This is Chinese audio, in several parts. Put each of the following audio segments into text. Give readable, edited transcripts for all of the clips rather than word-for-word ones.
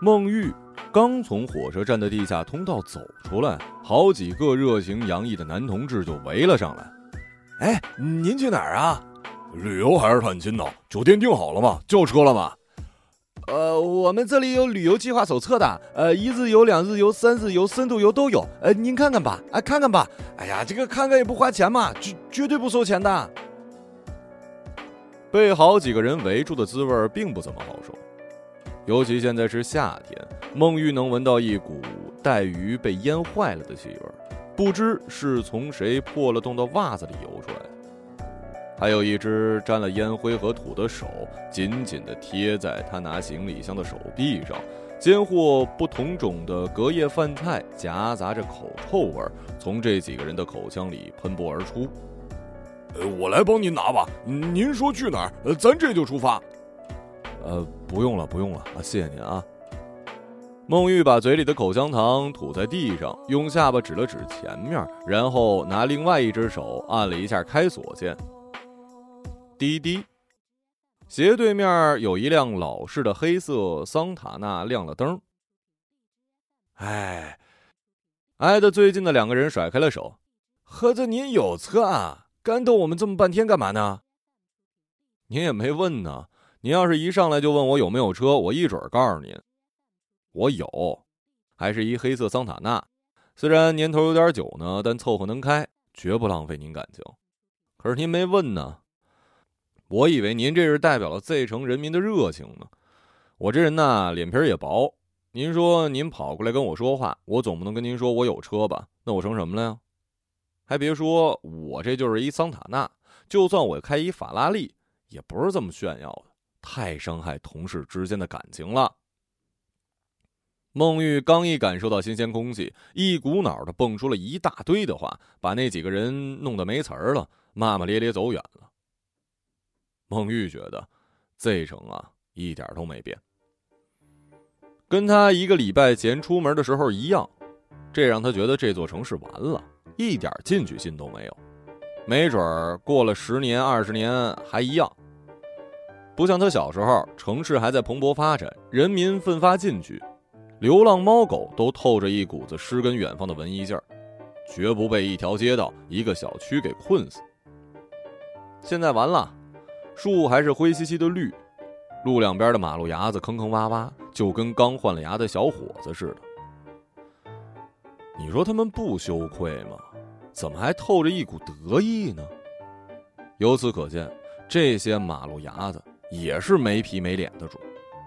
孟玉刚从火车站的地下通道走出来，好几个热情洋溢的男同志就围了上来。哎，您去哪儿啊？ 旅游还是探亲呢？酒店订好了吗？叫车了吗？ 我们这里有旅游计划手册的，1日游、2日游、3日游、深度游都有，您看看吧，看看吧。哎呀，这个看看也不花钱嘛，绝对不收钱的。被好几个人围住的滋味并不怎么好受，尤其现在是夏天，孟玉能闻到一股带鱼被腌坏了的气味，不知是从谁破了洞的袜子里游出来的。还有一只沾了烟灰和土的手紧紧地贴在他拿行李箱的手臂上，煎货不同种的隔夜饭菜夹杂着口臭味从这几个人的口腔里喷薄而出。 我来帮您拿吧，您说去哪儿，咱这就出发。 不用了谢谢您啊。孟玉把嘴里的口香糖吐在地上，用下巴指了指前面，然后拿另外一只手按了一下开锁键。滴滴，斜对面有一辆老式的黑色桑塔纳亮了灯。挨得最近的两个人甩开了手。合着您有车啊？干等我们这么半天干嘛呢？您也没问呢，您要是一上来就问我有没有车，我一准告诉您，我有，还是一黑色桑塔纳，虽然年头有点久呢，但凑合能开，绝不浪费您感情。可是您没问呢，我以为您这是代表了 Z 城人民的热情呢。我这人呐，脸皮也薄，您说您跑过来跟我说话，我总不能跟您说我有车吧，那我成什么了呀？还别说，我这就是一桑塔纳，就算我开一法拉利也不是这么炫耀的，太伤害同事之间的感情了。孟玉刚一感受到新鲜空气，一股脑的蹦出了一大堆的话，把那几个人弄得没词儿了，骂骂咧咧走远了。孟玉觉得 Z 城啊一点都没变，跟他1个礼拜前出门的时候一样，这让他觉得这座城市完了，一点进取心都没有，没准儿过了10年20年还一样。不像他小时候，城市还在蓬勃发展，人民奋发进取，流浪猫狗都透着一股子诗跟远方的文艺劲儿，绝不被一条街道一个小区给困死。现在完了，树还是灰漆漆的绿，路两边的马路牙子坑坑洼洼，就跟刚换了牙的小伙子似的。你说他们不羞愧吗？怎么还透着一股得意呢？由此可见，这些马路牙子也是没皮没脸的主。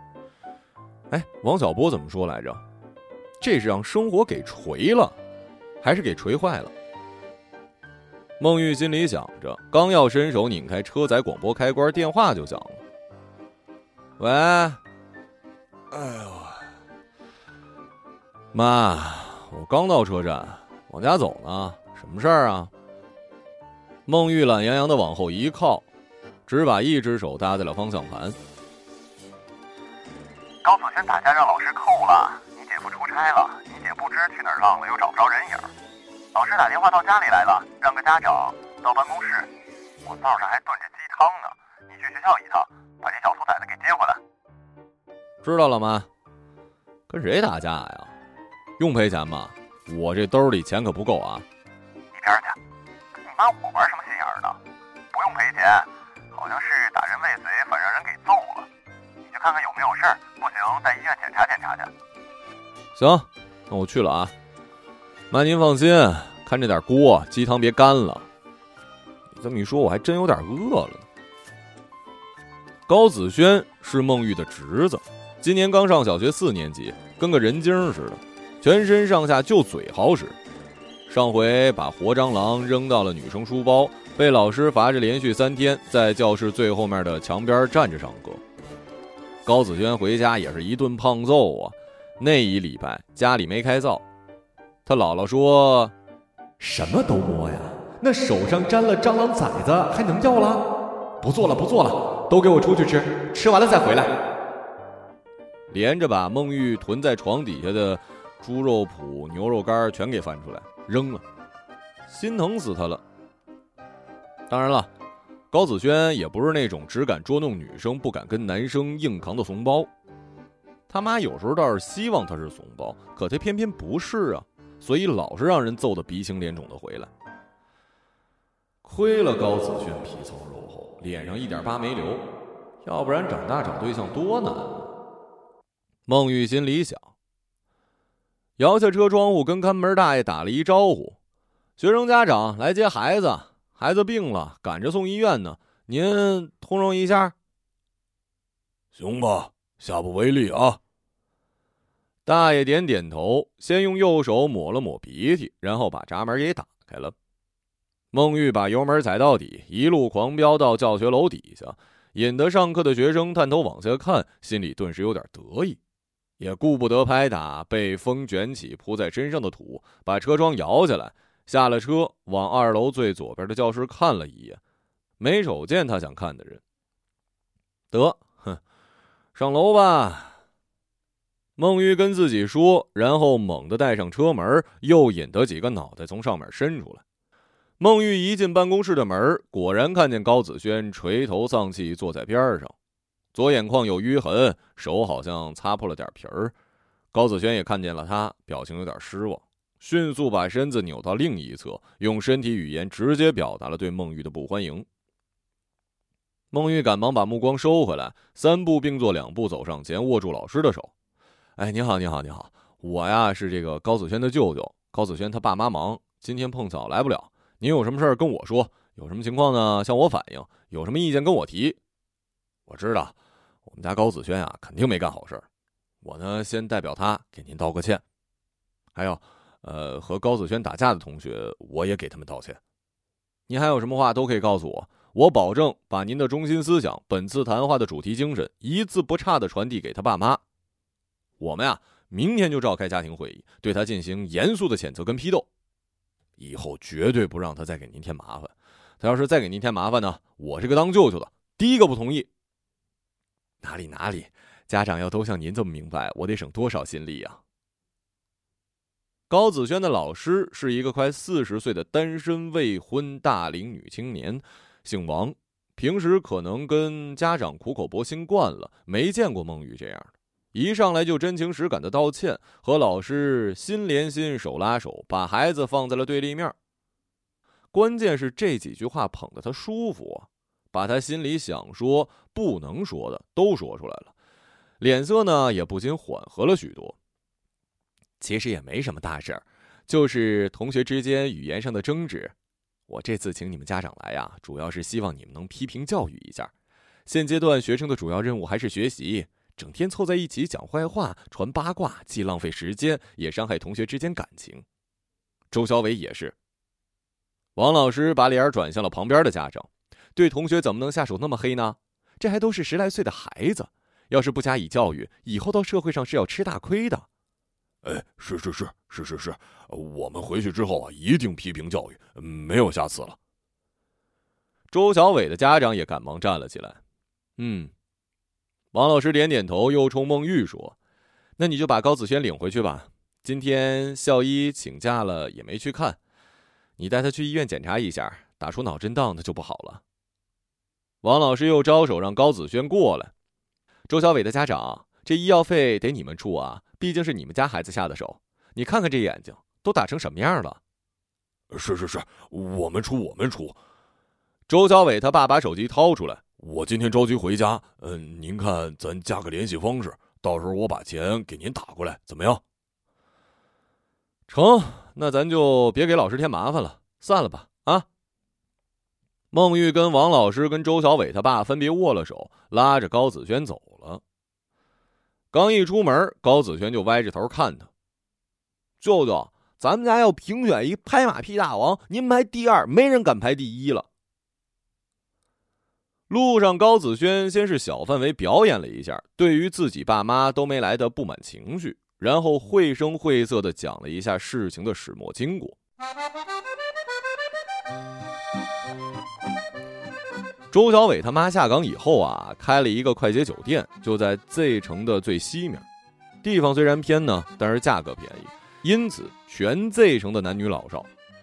王小波怎么说来着？这是让生活给锤了，还是给锤坏了？孟玉心里想着，刚要伸手拧开车载广播开关，电话就响了。喂，妈，我刚到车站，往家走呢，什么事儿啊？孟玉懒洋洋地往后一靠，只把一只手搭在了方向盘。 高子轩打架让老师扣了，你姐夫出差了，你姐不知去哪儿浪了，又找不着人影。老师打电话到家里来了，让个家长到办公室。我灶上还炖着鸡汤呢，你去学校一趟，把这小兔崽子给接回来。 知道了吗？跟谁打架呀？用赔钱吗？我这兜里钱可不够啊。 一边去，跟你妈我玩什么心眼儿呢？不用赔钱，好像是打人未遂，反让人给揍了。你去看看有没有事儿，不行在医院检查检查去。 行，那我去了啊。妈您放心，看这点锅鸡汤别干了。你这么一说，我还真有点饿了呢。高子轩是孟玉的侄子，今年刚上小学4年级，跟个人精似的，全身上下就嘴好使。上回把活蟑螂扔到了女生书包，被老师罚着连续3天在教室最后面的墙边站着上课。高子轩回家也是一顿胖揍啊，那1礼拜家里没开灶。他姥姥说， 什么都摸呀，那手上沾了蟑螂崽子还能要了？不做了，都给我出去吃，吃完了再回来。 连着把孟玉囤在床底下的猪肉脯、牛肉干全给翻出来扔了，心疼死他了。当然了，高子轩也不是那种只敢捉弄女生不敢跟男生硬扛的怂包。 他妈有时候倒是希望他是怂包，可他偏偏不是啊，所以老是让人揍得鼻青脸肿的回来。亏了高子轩皮糙肉厚，脸上一点疤没留，要不然长大找对象多难啊。孟玉心里想，摇下车窗户跟看门大爷打了一招呼：学生家长来接孩子，孩子病了赶着送医院呢，您通融一下。 行吧，下不为例啊。 大爷点点头，先用右手抹了抹鼻涕，然后把闸门给打开了。孟玉把油门踩到底，一路狂飙到教学楼底下，引得上课的学生探头往下看，心里顿时有点得意，也顾不得拍打被风卷起铺在身上的土，把车窗摇下来，下了车，往2楼最左边的教室看了一眼，没瞅见他想看的人。得，上楼吧。孟玉跟自己说，然后猛地带上车门，又引得几个脑袋从上面伸出来。孟玉一进办公室的门，果然看见高子轩垂头丧气坐在边上，左眼眶有淤痕，手好像擦破了点皮儿。高子轩也看见了他，表情有点失望，迅速把身子扭到另一侧，用身体语言直接表达了对孟玉的不欢迎。孟玉赶忙把目光收回来，3步并作2步走上前，握住老师的手。你好，我呀是这个高子轩的舅舅，高子轩他爸妈忙，今天碰巧来不了。您有什么事跟我说，有什么情况呢向我反映，有什么意见跟我提。我知道我们家高子轩啊肯定没干好事，我呢先代表他给您道个歉。还有和高子轩打架的同学，我也给他们道歉。您还有什么话都可以告诉我，我保证把您的中心思想，本次谈话的主题精神一字不差地传递给他爸妈。我们呀明天就召开家庭会议，对他进行严肃的谴责跟批斗，以后绝对不让他再给您添麻烦。他要是再给您添麻烦呢，我这个当舅舅的第一个不同意。哪里，家长要都像您这么明白，我得省多少心力啊。高子轩的老师是一个快40岁的单身未婚大龄女青年，姓王，平时可能跟家长苦口婆心惯了，没见过孟玉这样的，一上来就真情实感的道歉，和老师心连心手拉手，把孩子放在了对立面。关键是这几句话捧得他舒服啊，把他心里想说不能说的都说出来了，脸色呢也不禁缓和了许多。其实也没什么大事儿，就是同学之间语言上的争执。我这次请你们家长来呀，主要是希望你们能批评教育一下。现阶段学生的主要任务还是学习，整天凑在一起讲坏话、传八卦，既浪费时间，也伤害同学之间感情。周小伟也是。王老师把脸转向了旁边的家长，对同学怎么能下手那么黑呢？这还都是10来岁的孩子，要是不加以教育，以后到社会上是要吃大亏的。 是，我们回去之后啊，一定批评教育，没有下次了。 周小伟的家长也赶忙站了起来。王老师点点头，又冲孟玉说：“那你就把高子轩领回去吧。今天校医请假了，也没去看，你带他去医院检查一下，打出脑震荡的就不好了。”王老师又招手让高子轩过来。周小伟的家长，这医药费得你们出啊，毕竟是你们家孩子下的手。你看看这眼睛都打成什么样了。 是，我们出。 周小伟他爸把手机掏出来， 我今天着急回家，您看咱加个联系方式，到时候我把钱给您打过来，怎么样？ 成，那咱就别给老师添麻烦了，散了吧啊。孟玉跟王老师跟周小伟他爸分别握了手，拉着高子轩走了。刚一出门，高子轩就歪着头看他。舅舅，咱们家要评选一拍马屁大王，您排第2，没人敢排第1了。路上，高子轩先是小范围表演了一下对于自己爸妈都没来的不满情绪，然后绘声绘色地讲了一下事情的始末经过。周小伟他妈下岗以后啊，开了一个快捷酒店，就在 Z 城的最西面。地方虽然偏呢，但是价格便宜，因此全 Z 城的男女老少，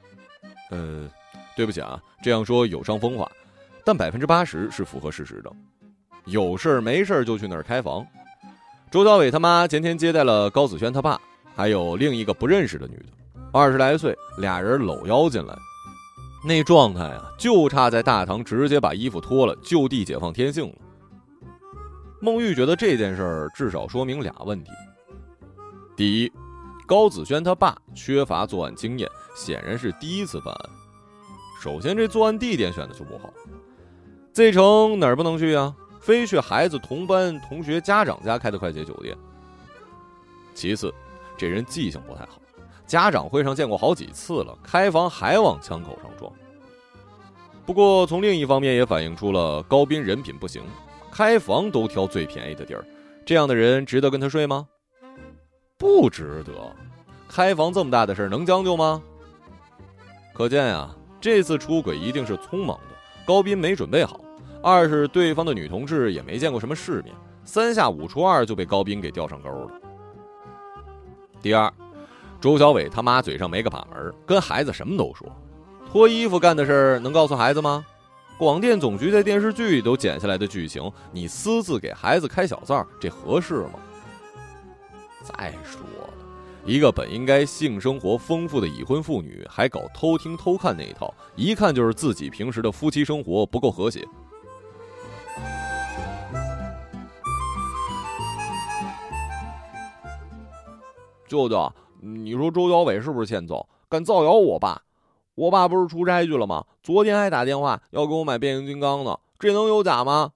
对不起啊，这样说有伤风化，但80%是符合事实的。有事没事就去那儿开房。 周小伟他妈前天接待了高子轩他爸，还有另一个不认识的女的，20来岁，俩人搂腰进来，那状态啊，就差在大堂直接把衣服脱了，就地解放天性了。孟玉觉得这件事儿至少说明俩问题：第一，高子轩他爸缺乏作案经验，显然是第一次犯案。首先，这作案地点选的就不好，Z 城哪儿不能去啊？非去孩子同班同学家长家开的快捷酒店。其次，这人记性不太好，家长会上见过好几次了，开房还往枪口上撞。不过从另一方面也反映出了高斌人品不行，开房都挑最便宜的地儿，这样的人值得跟他睡吗？不值得。开房这么大的事能将就吗？可见啊，这次出轨一定是匆忙的，高斌没准备好。二是对方的女同事也没见过什么世面，3下5除2就被高斌给钓上钩了。第二，周小伟他妈嘴上没个把门，跟孩子什么都说，脱衣服干的事儿能告诉孩子吗？广电总局在电视剧里都剪下来的剧情，你私自给孩子开小灶，这合适吗？再说了，一个本应该性生活丰富的已婚妇女，还搞偷听偷看那一套，一看就是自己平时的夫妻生活不够和谐。舅舅，你说周小伟是不是欠揍？敢造谣我爸？我爸不是出差去了吗？昨天还打电话要给我买变形金刚呢，这能有假吗？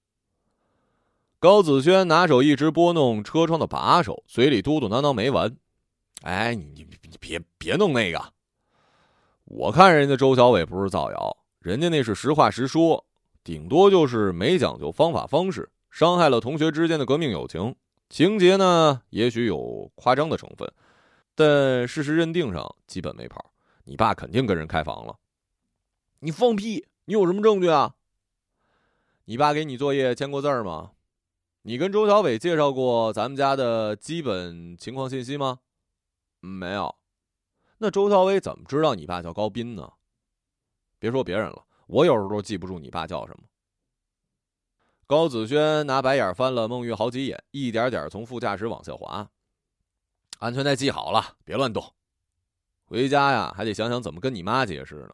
高子轩拿手一直拨弄车窗的把手，嘴里嘟嘟囔囔没完。哎，你别弄那个！我看人家周小伟不是造谣，人家那是实话实说，顶多就是没讲究方法方式，伤害了同学之间的革命友情。情节呢，也许有夸张的成分，但事实认定上基本没跑。你爸肯定跟人开房了。你放屁！你有什么证据啊？你爸给你作业签过字吗？你跟周小伟介绍过咱们家的基本情况信息吗？没有。那周小伟怎么知道你爸叫高斌呢？别说别人了，我有时候都记不住你爸叫什么。高子轩拿白眼翻了孟玉好几眼，一点点从副驾驶往下滑。安全带系好了，别乱动。回家呀，还得想想怎么跟你妈解释呢。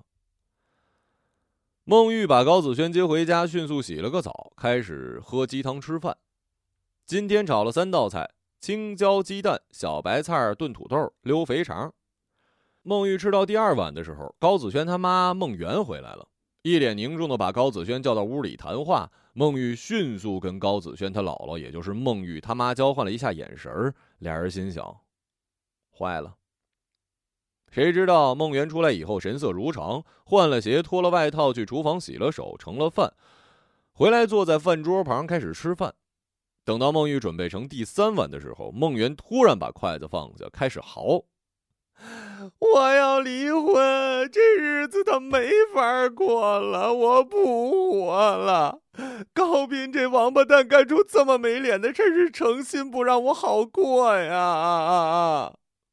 孟玉把高子轩接回家，迅速洗了个澡，开始喝鸡汤吃饭。今天炒了3道菜：青椒鸡蛋、小白菜炖土豆、溜肥肠。孟玉吃到第2碗的时候，高子轩他妈孟媛回来了，一脸凝重的把高子轩叫到屋里谈话。孟玉迅速跟高子轩他姥姥，也就是孟玉他妈交换了一下眼神，俩人心想，坏了。谁知道孟媛出来以后神色如常，换了鞋，脱了外套，去厨房洗了手，盛了饭，回来坐在饭桌旁开始吃饭。等到孟玉准备盛第3碗的时候，孟媛突然把筷子放下，开始嚎：我要离婚，这日子他没法过了，我不活了。高斌这王八蛋干出这么没脸的事，是诚心不让我好过呀！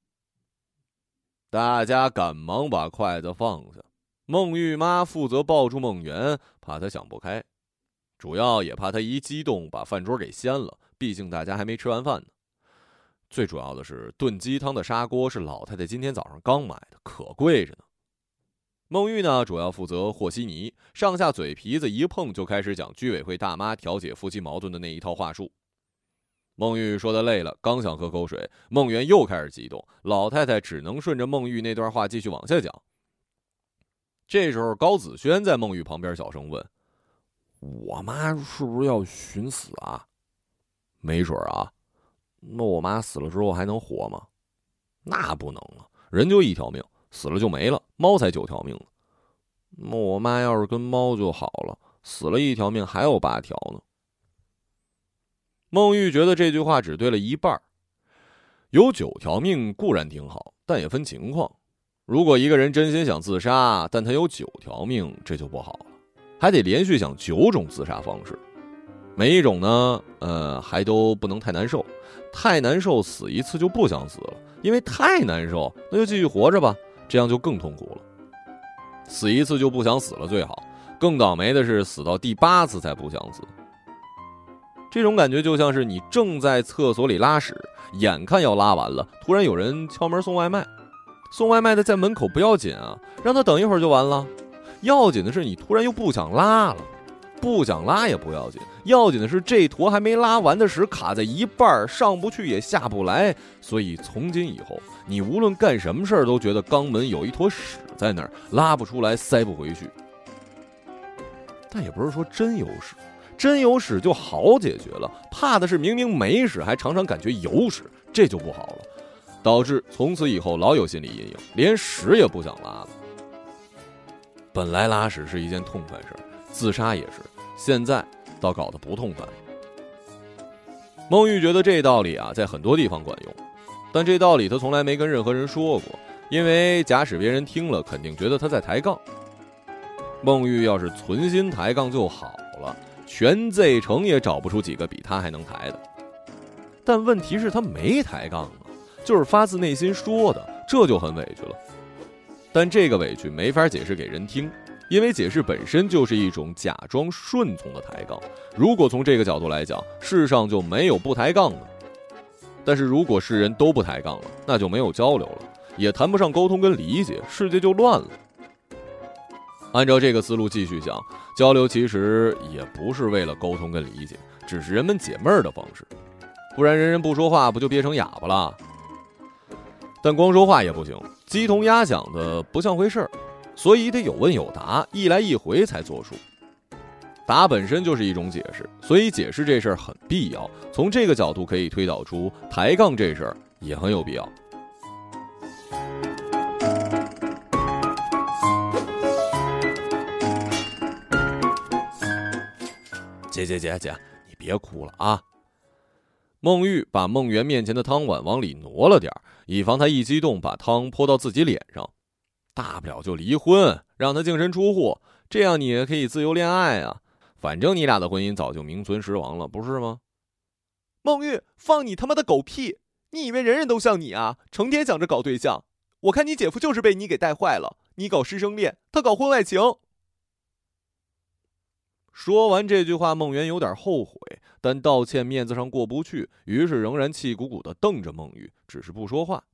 大家赶忙把筷子放下，孟玉妈负责抱住孟媛，怕她想不开，主要也怕她一激动把饭桌给掀了，毕竟大家还没吃完饭呢。最主要的是，炖鸡汤的砂锅是老太太今天早上刚买的，可贵着呢。孟玉呢，主要负责和稀泥，上下嘴皮子一碰就开始讲居委会大妈调解夫妻矛盾的那一套话术。孟玉说得累了，刚想喝口水，孟媛又开始激动，老太太只能顺着孟玉那段话继续往下讲。这时候高子轩在孟玉旁边小声问：我妈是不是要寻死啊？没准啊。那我妈死了之后还能活吗？那不能啊，人就1条命，死了就没了，猫才9条命呢。那我妈要是跟猫就好了，死了1条命还有8条呢。孟玉觉得这句话只对了一半，有9条命固然挺好，但也分情况。如果一个人真心想自杀，但他有9条命，这就不好了，还得连续想9种自杀方式，每一种呢，还都不能太难受。太难受，死一次就不想死了，因为太难受，那就继续活着吧，这样就更痛苦了。死一次就不想死了最好，更倒霉的是死到第8次才不想死。 这种感觉就像是你正在厕所里拉屎，眼看要拉完了，突然有人敲门送外卖。送外卖的在门口不要紧啊，让他等一会儿就完了。要紧的是你突然又不想拉了，不想拉也不要紧，要紧的是这坨还没拉完的屎卡在一半，上不去也下不来。所以从今以后，你无论干什么事儿都觉得肛门有一坨屎在那儿，拉不出来，塞不回去。但也不是说真有屎，真有屎就好解决了，怕的是明明没屎还常常感觉有屎，这就不好了，导致从此以后老有心理阴影，连屎也不想拉了。本来拉屎是一件痛快事儿，自杀也是，现在倒搞得不痛快。孟玉觉得这道理啊，在很多地方管用，但这道理他从来没跟任何人说过，因为假使别人听了，肯定觉得他在抬杠。孟玉要是存心抬杠就好了，全 Z 城也找不出几个比他还能抬的。但问题是他没抬杠啊，就是发自内心说的，这就很委屈了。但这个委屈没法解释给人听，因为解释本身就是一种假装顺从的抬杠。如果从这个角度来讲，世上就没有不抬杠的。但是如果世人都不抬杠了，那就没有交流了，也谈不上沟通跟理解，世界就乱了。按照这个思路继续想，交流其实也不是为了沟通跟理解，只是人们解闷儿的方式。不然人人不说话，不就憋成哑巴了？但光说话也不行，鸡同鸭讲的不像回事儿，所以得有问有答，一来一回才作数。答本身就是一种解释，所以解释这事儿很必要。从这个角度可以推导出抬杠这事儿也很有必要。姐，你别哭了啊！孟玉把孟媛面前的汤碗往里挪了点，以防他一激动把汤泼到自己脸上。大不了就离婚，让他净身出户，这样你也可以自由恋爱啊。反正你俩的婚姻早就名存实亡了，不是吗？ 孟玉，放你他妈的狗屁！你以为人人都像你啊？成天想着搞对象。我看你姐夫就是被你给带坏了，你搞师生恋，他搞婚外情。说完这句话，孟媛有点后悔，但道歉面子上过不去，于是仍然气鼓鼓地瞪着孟玉，只是不说话。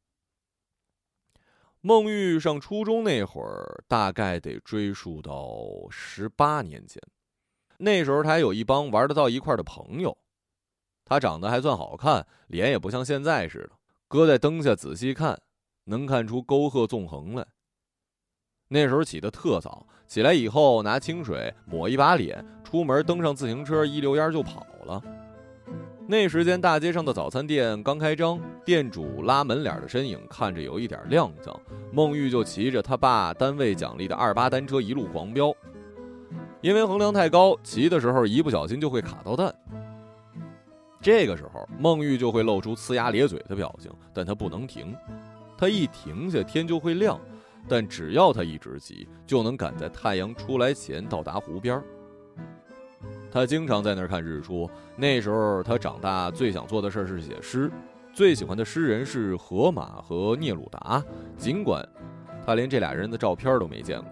孟玉上初中那会儿，大概得追溯到18年前。那时候他还有一帮玩得到一块的朋友，他长得还算好看，脸也不像现在似的，搁在灯下仔细看，能看出沟壑纵横来。那时候起得特早，起来以后拿清水抹一把脸，出门登上自行车，一溜烟就跑了。那时间大街上的早餐店刚开张，店主拉门脸的身影看着有一点踉跄，孟玉就骑着他爸单位奖励的28单车一路狂飙。因为横梁太高，骑的时候一不小心就会卡到蛋。这个时候孟玉就会露出呲牙咧嘴的表情，但他不能停，他一停下天就会亮，但只要他一直骑，就能赶在太阳出来前到达湖边。他经常在那儿看日出。那时候他长大最想做的事是写诗，最喜欢的诗人是荷马和聂鲁达，尽管他连这俩人的照片都没见过。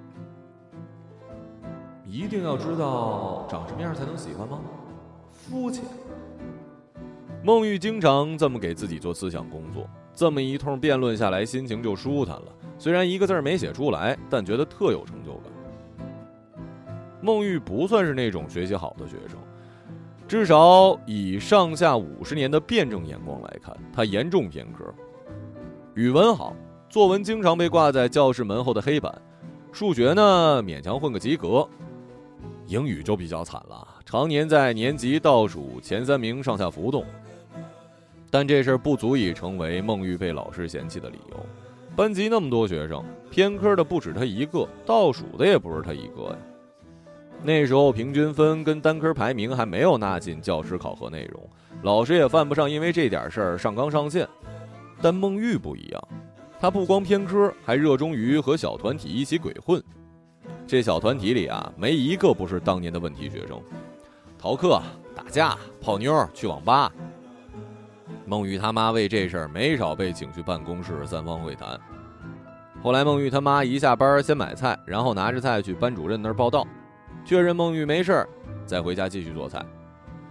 一定要知道长什么样才能喜欢吗？肤浅。孟玉经常这么给自己做思想工作，这么一通辩论下来，心情就舒坦了。虽然一个字没写出来，但觉得特有成就感。孟玉不算是那种学习好的学生，至少以上下50年的辩证眼光来看，他严重偏科。语文好，作文经常被挂在教室门后的黑板，数学呢勉强混个及格，英语就比较惨了，常年在年级倒数前3名上下浮动。但这事不足以成为孟玉被老师嫌弃的理由。班级那么多学生，偏科的不止他一个，倒数的也不是他一个呀。那时候平均分跟单科排名还没有纳进教师考核内容，老师也犯不上因为这点事儿上纲上线。但孟玉不一样，他不光偏科，还热衷于和小团体一起鬼混。这小团体里啊，没一个不是当年的问题学生，逃课、打架、泡妞、去网吧。孟玉他妈为这事儿没少被请去办公室三方会谈。后来孟玉他妈一下班先买菜，然后拿着菜去班主任那儿报到，确认孟玉没事，再回家继续做菜。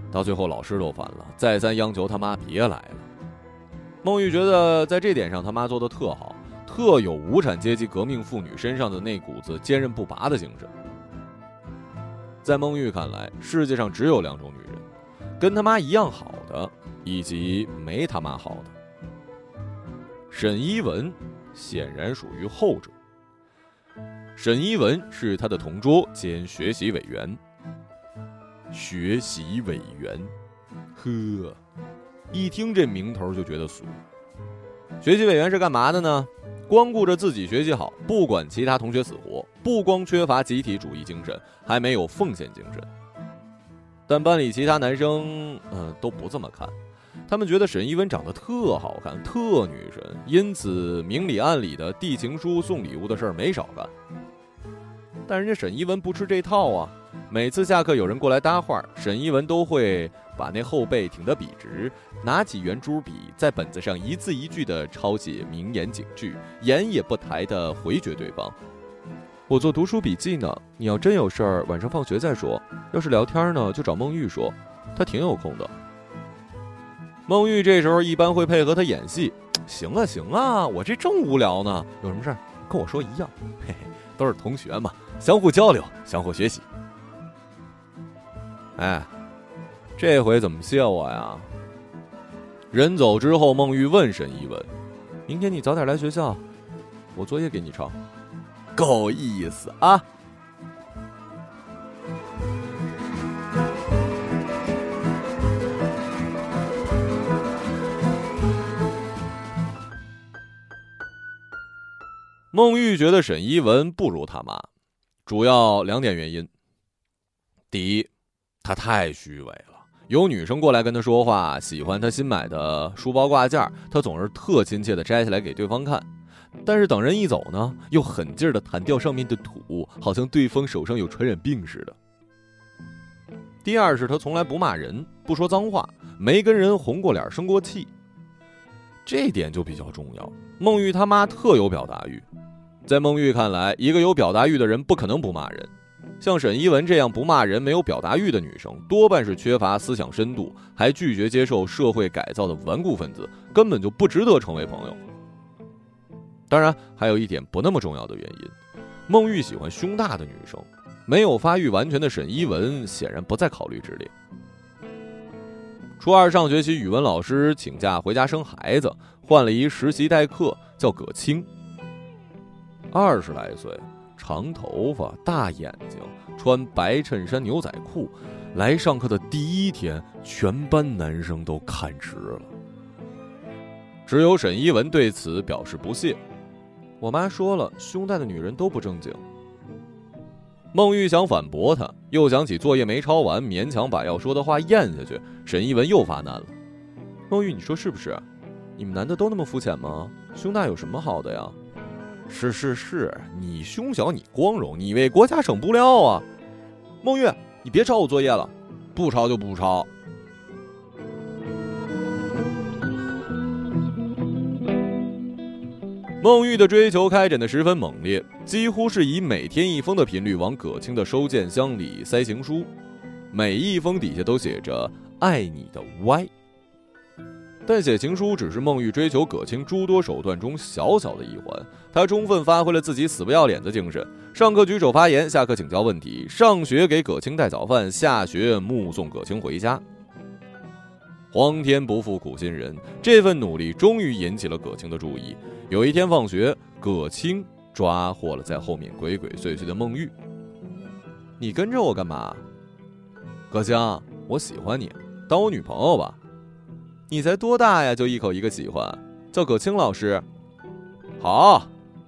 到最后老师都烦了，再三央求他妈别来了。孟玉觉得在这点上他妈做的特好，特有无产阶级革命妇女身上的那股子坚韧不拔的精神。在孟玉看来，世界上只有2种女人，跟他妈一样好的，以及没他妈好的。沈一文显然属于后者。沈一文是他的同桌兼学习委员。学习委员，呵，一听这名头就觉得俗。学习委员是干嘛的呢？光顾着自己学习好，不管其他同学死活，不光缺乏集体主义精神，还没有奉献精神。但班里其他男生都不这么看，他们觉得沈一文长得特好看，特女神，因此明里暗里的递情书送礼物的事儿没少干。但人家沈一文不吃这套啊，每次下课有人过来搭话，沈一文都会把那后背挺得笔直，拿起圆珠笔在本子上一字一句地抄写名言警句，眼也不抬地回绝对方。我做读书笔记呢，你要真有事儿晚上放学再说，要是聊天呢就找孟玉说，他挺有空的。孟玉这时候一般会配合他演戏，行啊行啊，我这正无聊呢，有什么事儿跟我说一样，嘿嘿，都是同学嘛，相互交流，相互学习。哎，这回怎么谢我呀？人走之后，孟玉问沈一文：“明天你早点来学校，我作业给你抄。”够意思啊！孟玉觉得沈一文不如他妈，主要2点原因。第一，他太虚伪了，有女生过来跟他说话，喜欢他新买的书包挂件，他总是特亲切的摘下来给对方看，但是等人一走呢，又狠劲的弹掉上面的土，好像对方手上有传染病似的。第二是他从来不骂人，不说脏话，没跟人红过脸生过气，这点就比较重要。孟玉他妈特有表达欲，在孟玉看来，一个有表达欲的人不可能不骂人。像沈一文这样不骂人、没有表达欲的女生，多半是缺乏思想深度，还拒绝接受社会改造的顽固分子，根本就不值得成为朋友。当然，还有一点不那么重要的原因，孟玉喜欢胸大的女生，没有发育完全的沈一文显然不在考虑之列。初2上学期，语文老师请假回家生孩子，换了一实习代课，叫葛青。20来岁，长头发，大眼睛，穿白衬衫牛仔裤，来上课的第一天，全班男生都看直了。只有沈一文对此表示不屑。我妈说了，胸大的女人都不正经。孟玉想反驳他，又想起作业没抄完，勉强把要说的话咽下去。沈一文又发难了：“孟玉，你说是不是？你们男的都那么肤浅吗？胸大有什么好的呀？”“是，你胸小你光荣，你为国家省布料啊。”“孟玉，你别抄我作业了，不抄就不抄。”孟玉的追求开展得十分猛烈，几乎是以每天1封的频率往葛青的收件箱里塞情书，每一封底下都写着“爱你的 Y”。但写情书只是孟玉追求葛青诸多手段中小小的一环，他充分发挥了自己死不要脸的精神，上课举手发言，下课请教问题，上学给葛青带早饭，下学目送葛青回家。皇天不负苦心人，这份努力终于引起了葛青的注意。有一天放学，葛青抓获了在后面鬼鬼祟祟的孟玉。“你跟着我干嘛？”“葛青，我喜欢你，当我女朋友吧。”“你才多大呀，就一口一个喜欢，叫葛青老师。”“好。”“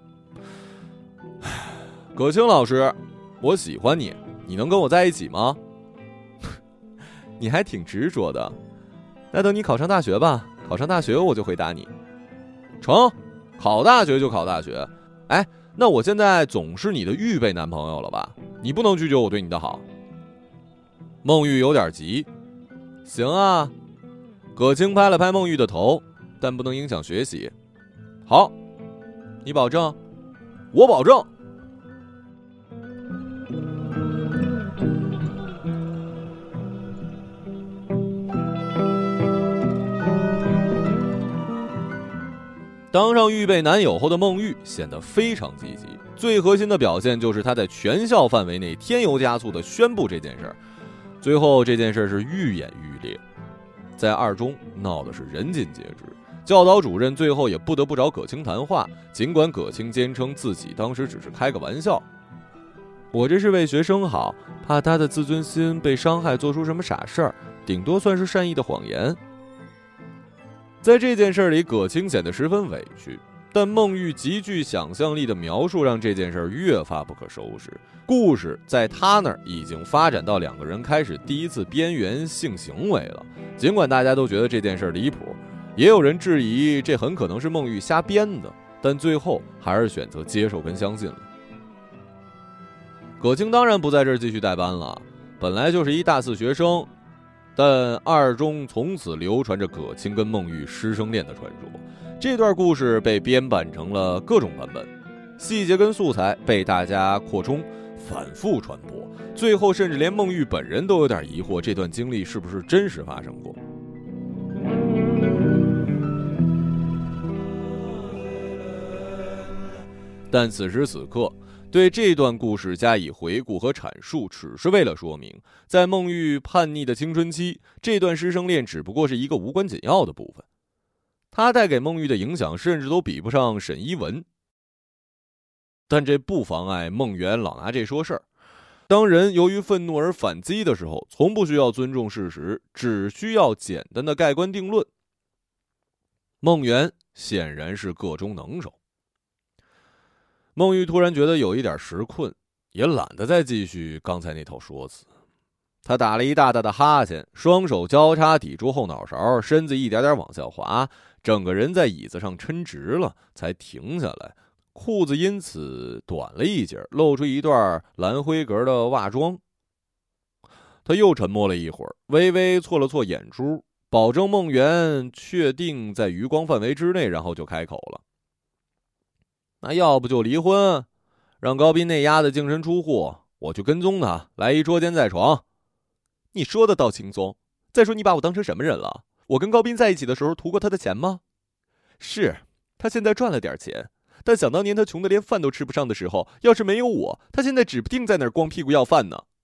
葛青老师，我喜欢你，你能跟我在一起吗？”“你还挺执着的，那等你考上大学吧，考上大学我就回答你。”“成，考大学就考大学。哎，那我现在总是你的预备男朋友了吧？你不能拒绝我对你的好。”孟玉有点急。“行啊。”葛青拍了拍孟玉的头，但不能影响学习。“好，你保证？”“我保证。” 当上预备男友后的孟玉显得非常积极，最核心的表现就是他在全校范围内添油加醋地宣布这件事儿。最后这件事是愈演愈烈，在二中闹的是人尽皆知，教导主任最后也不得不找葛青谈话，尽管葛青坚称自己当时只是开个玩笑。我这是为学生好，怕他的自尊心被伤害，做出什么傻事儿，顶多算是善意的谎言。在这件事里，葛青显得十分委屈，但孟玉极具想象力的描述让这件事越发不可收拾。故事在他那儿已经发展到两个人开始第一次边缘性行为了。尽管大家都觉得这件事离谱，也有人质疑这很可能是孟玉瞎编的，但最后还是选择接受跟相信了。葛青当然不在这儿继续带班了，本来就是一大四学生，但二中从此流传着葛青跟孟玉师生恋的传说。这段故事被编版成了各种版本，细节跟素材被大家扩充反复传播，最后甚至连孟玉本人都有点疑惑这段经历是不是真实发生过。但此时此刻对这段故事加以回顾和阐述，只是为了说明，在孟玉叛逆的青春期，这段师生恋只不过是一个无关紧要的部分，他带给孟玉的影响甚至都比不上沈一文。但这不妨碍孟元老拿这说事儿。当人由于愤怒而反击的时候，从不需要尊重事实，只需要简单的盖棺定论。孟元显然是个中能手。孟玉突然觉得有一点时困，也懒得再继续刚才那套说辞。他打了一大大的哈欠，双手交叉抵住后脑勺，身子一点点往下滑，整个人在椅子上抻直了，才停下来。裤子因此短了一截，露出一段蓝灰格的袜装。他又沉默了一会儿，微微错了错眼珠，保证孟元确定在余光范围之内，然后就开口了。那要不就离婚，让高斌那丫的净身出户，我去跟踪他，来一捉奸在床。你说的倒轻松，再说你把我当成什么人了？我跟高斌在一起的时候图过他的钱吗？是，他现在赚了点钱，但想当年他穷得连饭都吃不上的时候，要是没有我，他现在指不定在那儿光屁股要饭呢。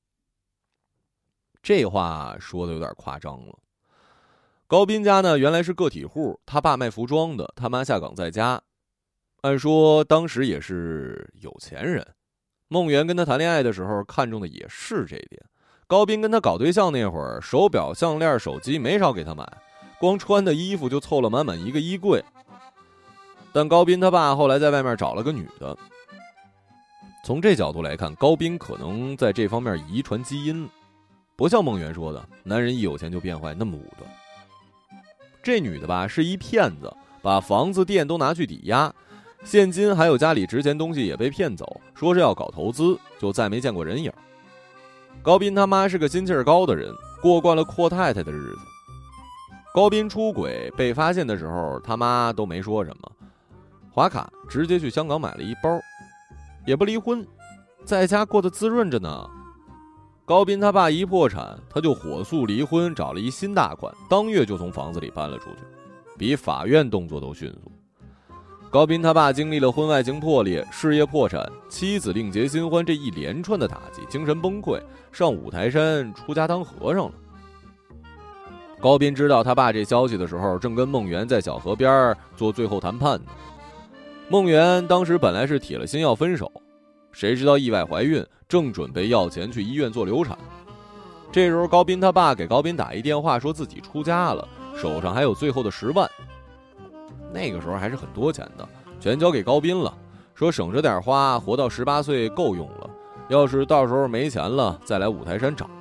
这话说的有点夸张了。高斌家呢，原来是个体户，他爸卖服装的，他妈下岗在家。按说当时也是有钱人，孟元跟他谈恋爱的时候看中的也是这点。高斌跟他搞对象那会儿，手表、项链、手机没少给他买，光穿的衣服就凑了满满一个衣柜。但高斌他爸后来在外面找了个女的，从这角度来看，高斌可能在这方面遗传基因，不像孟元说的男人一有钱就变坏那么武断。这女的吧是一骗子，把房子店都拿去抵押，现金还有家里值钱东西也被骗走，说是要搞投资，就再没见过人影。高斌他妈是个心气儿高的人，过惯了阔太太的日子。高斌出轨被发现的时候，他妈都没说什么，划卡直接去香港买了一包，也不离婚，在家过得滋润着呢。高斌他爸一破产，他就火速离婚，找了一新大款，当月就从房子里搬了出去，比法院动作都迅速。高斌他爸经历了婚外情破裂、事业破产、妻子另结新欢这一连串的打击，精神崩溃，上五台山出家当和尚了。高斌知道他爸这消息的时候，正跟孟元在小河边做最后谈判呢。孟元当时本来是铁了心要分手，谁知道意外怀孕，正准备要钱去医院做流产。这时候高斌他爸给高斌打一电话，说自己出家了，手上还有最后的10万。那个时候还是很多钱的，全交给高斌了，说省着点花，活到18岁够用了，要是到时候没钱了再来五台山找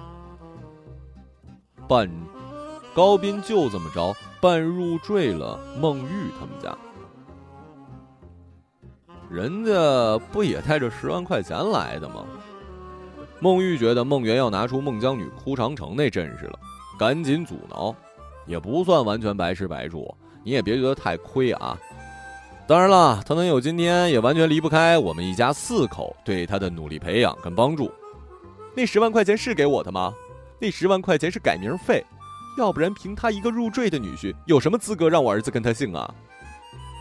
他。高斌就这么着半入赘了孟玉他们家。人家不也带着10万块钱来的吗？孟玉觉得孟元要拿出孟姜女哭长城那阵势了，赶紧阻挠，也不算完全白吃白住，你也别觉得太亏啊。当然了，他能有今天也完全离不开我们一家4口对他的努力培养跟帮助。那10万块钱是给我的吗？那10万块钱是改名费，要不然凭他一个入赘的女婿，有什么资格让我儿子跟他姓啊？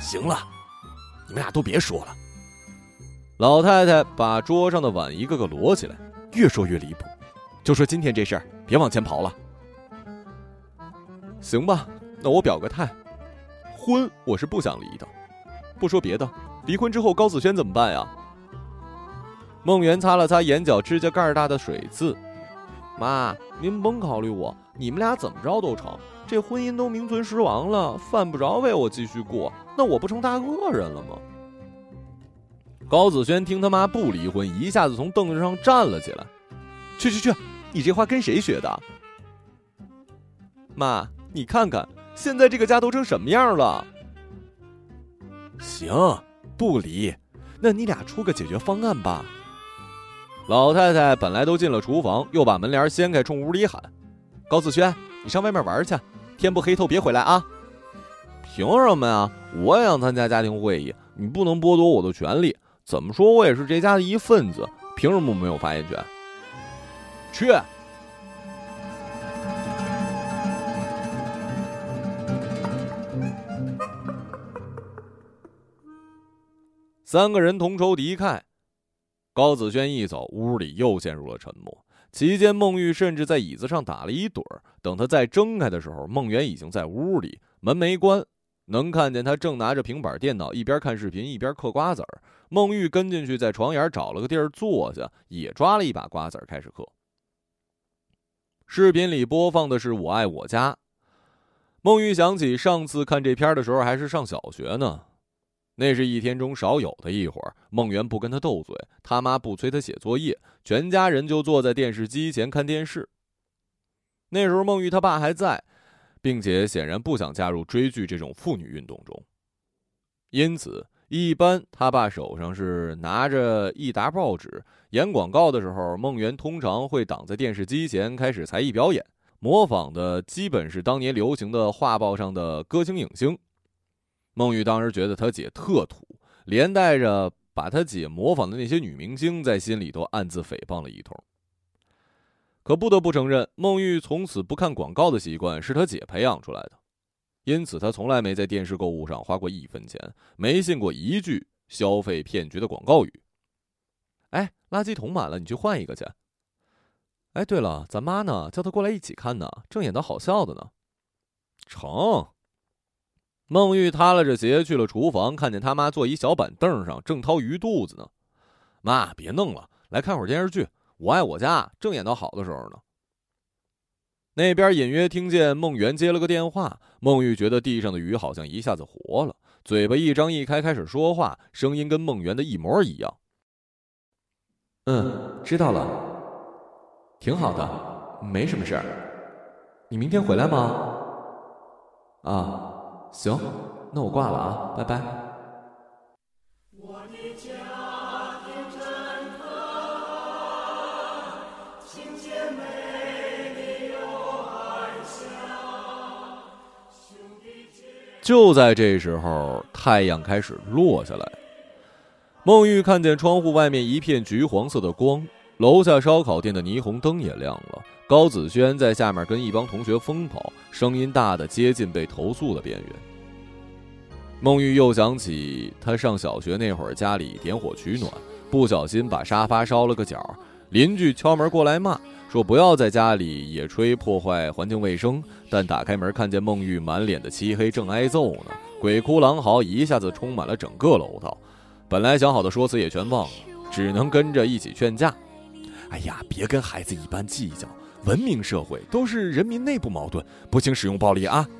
行了，你们俩都别说了。 老太太把桌上的碗一个个摞起来，越说越离谱。就说今天这事儿，别往前跑了。行吧，那我表个态，婚我是不想离的。不说别的，离婚之后高子轩怎么办呀？孟媛擦了擦眼角指甲盖大的水渍，妈，您甭考虑我，你们俩怎么着都成。这婚姻都名存实亡了，犯不着为我继续过，那我不成大恶人了吗？高子轩听他妈不离婚，一下子从凳子上站了起来。去，你这话跟谁学的？妈，你看看现在这个家都成什么样了。 行，不离， 那你俩出个解决方案吧。老太太本来都进了厨房，又把门帘掀开，冲屋里喊：高子轩，你上外面玩去，天不黑透别回来啊。凭什么呀？我也想参加家庭会议，你不能剥夺我的权利。怎么说我也是这家的一份子，凭什么没有发言权？去。三个人同仇敌忾。高子轩一走，屋里又陷入了沉默。期间孟玉甚至在椅子上打了一盹儿，等他再睁开的时候，孟媛已经在屋里，门没关，能看见他正拿着平板电脑一边看视频一边嗑瓜子儿。孟玉跟进去，在床沿找了个地儿坐下，也抓了一把瓜子儿开始嗑。视频里播放的是《我爱我家》。孟玉想起上次看这片的时候还是上小学呢，那是一天中少有的一会儿，孟媛不跟他斗嘴，他妈不催他写作业，全家人就坐在电视机前看电视。那时候孟玉他爸还在，并且显然不想加入追剧这种妇女运动中，因此一般他爸手上是拿着一沓报纸，演广告的时候，孟媛通常会挡在电视机前开始才艺表演，模仿的基本是当年流行的画报上的歌星影星。孟玉当时觉得他姐特土，连带着把他姐模仿的那些女明星在心里都暗自诽谤了一通。可不得不承认，孟玉从此不看广告的习惯是他姐培养出来的，因此他从来没在电视购物上花过1分钱，没信过一句消费骗局的广告语。哎，垃圾桶满了，你去换一个去。哎，对了，咱妈呢？叫她过来一起看呢，正演到好笑的呢。成。孟玉塌拉着鞋去了厨房，看见他妈坐一小板凳上，正掏鱼肚子呢。妈，别弄了，来看会儿电视剧，《我爱我家》正演到好的时候呢。那边隐约听见孟媛接了个电话，孟玉觉得地上的鱼好像一下子活了，嘴巴一张一开开始说话，声音跟孟媛的一模一样。知道了，挺好的，没什么事儿。你明天回来吗？啊，行，那我挂了啊，拜拜。我的家庭真可，亲姐妹你有爱乡。就在这时候，太阳开始落下来。孟玉看见窗户外面一片橘黄色的光，楼下烧烤店的霓虹灯也亮了。高子轩在下面跟一帮同学疯跑，声音大的接近被投诉的边缘。孟玉又想起他上小学那会儿，家里点火取暖，不小心把沙发烧了个角，邻居敲门过来骂，说不要在家里野炊破坏环境卫生，但打开门看见孟玉满脸的漆黑，正挨揍呢，鬼哭狼嚎一下子充满了整个楼道。本来想好的说辞也全忘了，只能跟着一起劝架。哎呀，别跟孩子一般计较，文明社会都是人民内部矛盾，不请使用暴力啊。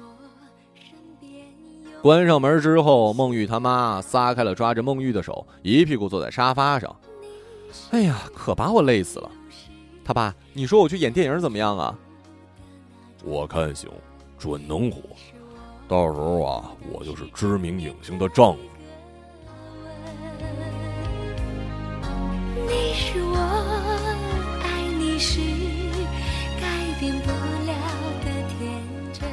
关上门之后，孟玉他妈撒开了抓着孟玉的手，一屁股坐在沙发上。哎呀，可把我累死了。他爸，你说我去演电影怎么样啊？ 我看行，准能火。到时候啊，我就是知名影星的丈夫。 你是我爱你时改变不了的天真。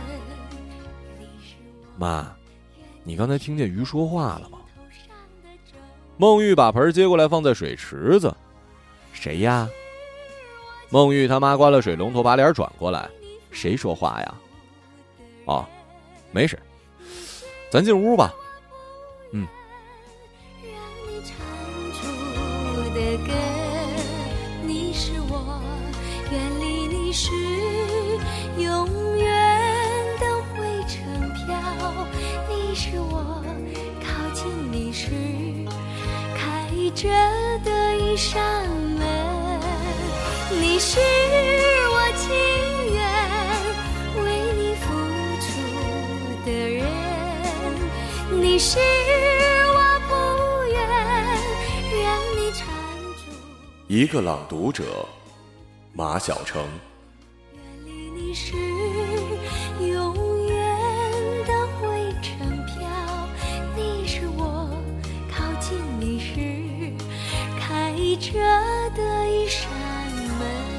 妈，你刚才听见鱼说话了吗？孟玉把盆接过来放在水池子。谁呀？孟玉他妈关了水龙头，把脸转过来。谁说话呀？哦，没事，咱进屋吧。 让你缠住的根，你是我远离你时永远的灰尘飘，你是我靠近你时开着的一扇门，你是我情愿为你付出的人，你是我不愿让你缠住。 一个朗读者，马晓成。 远离你时永远的灰尘飘，你是我靠近你时开着的一扇门。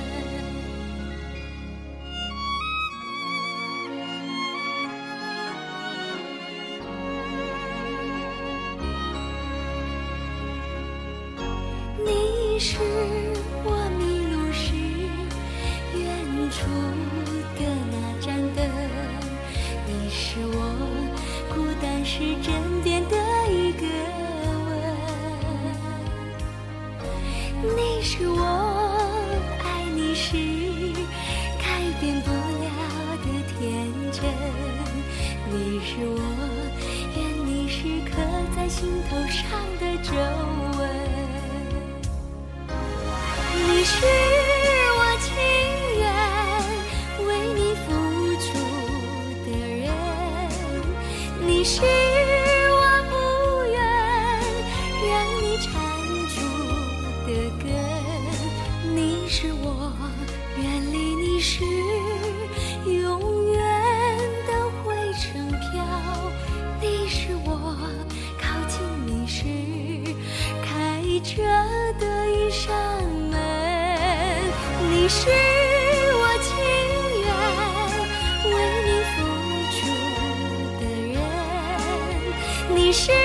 你是我迷路时远处的那盏灯，你是我孤单时枕边的一个吻，你是我爱你时改变不了的天真，你是我愿你时刻在心头上的皱纹，你是我情愿为你付出的人，你是我不愿让你缠住的根，你是我远离你时永远的灰尘飘，你是我靠近你时开着的一扇门，你是我情愿为你付出的人，你是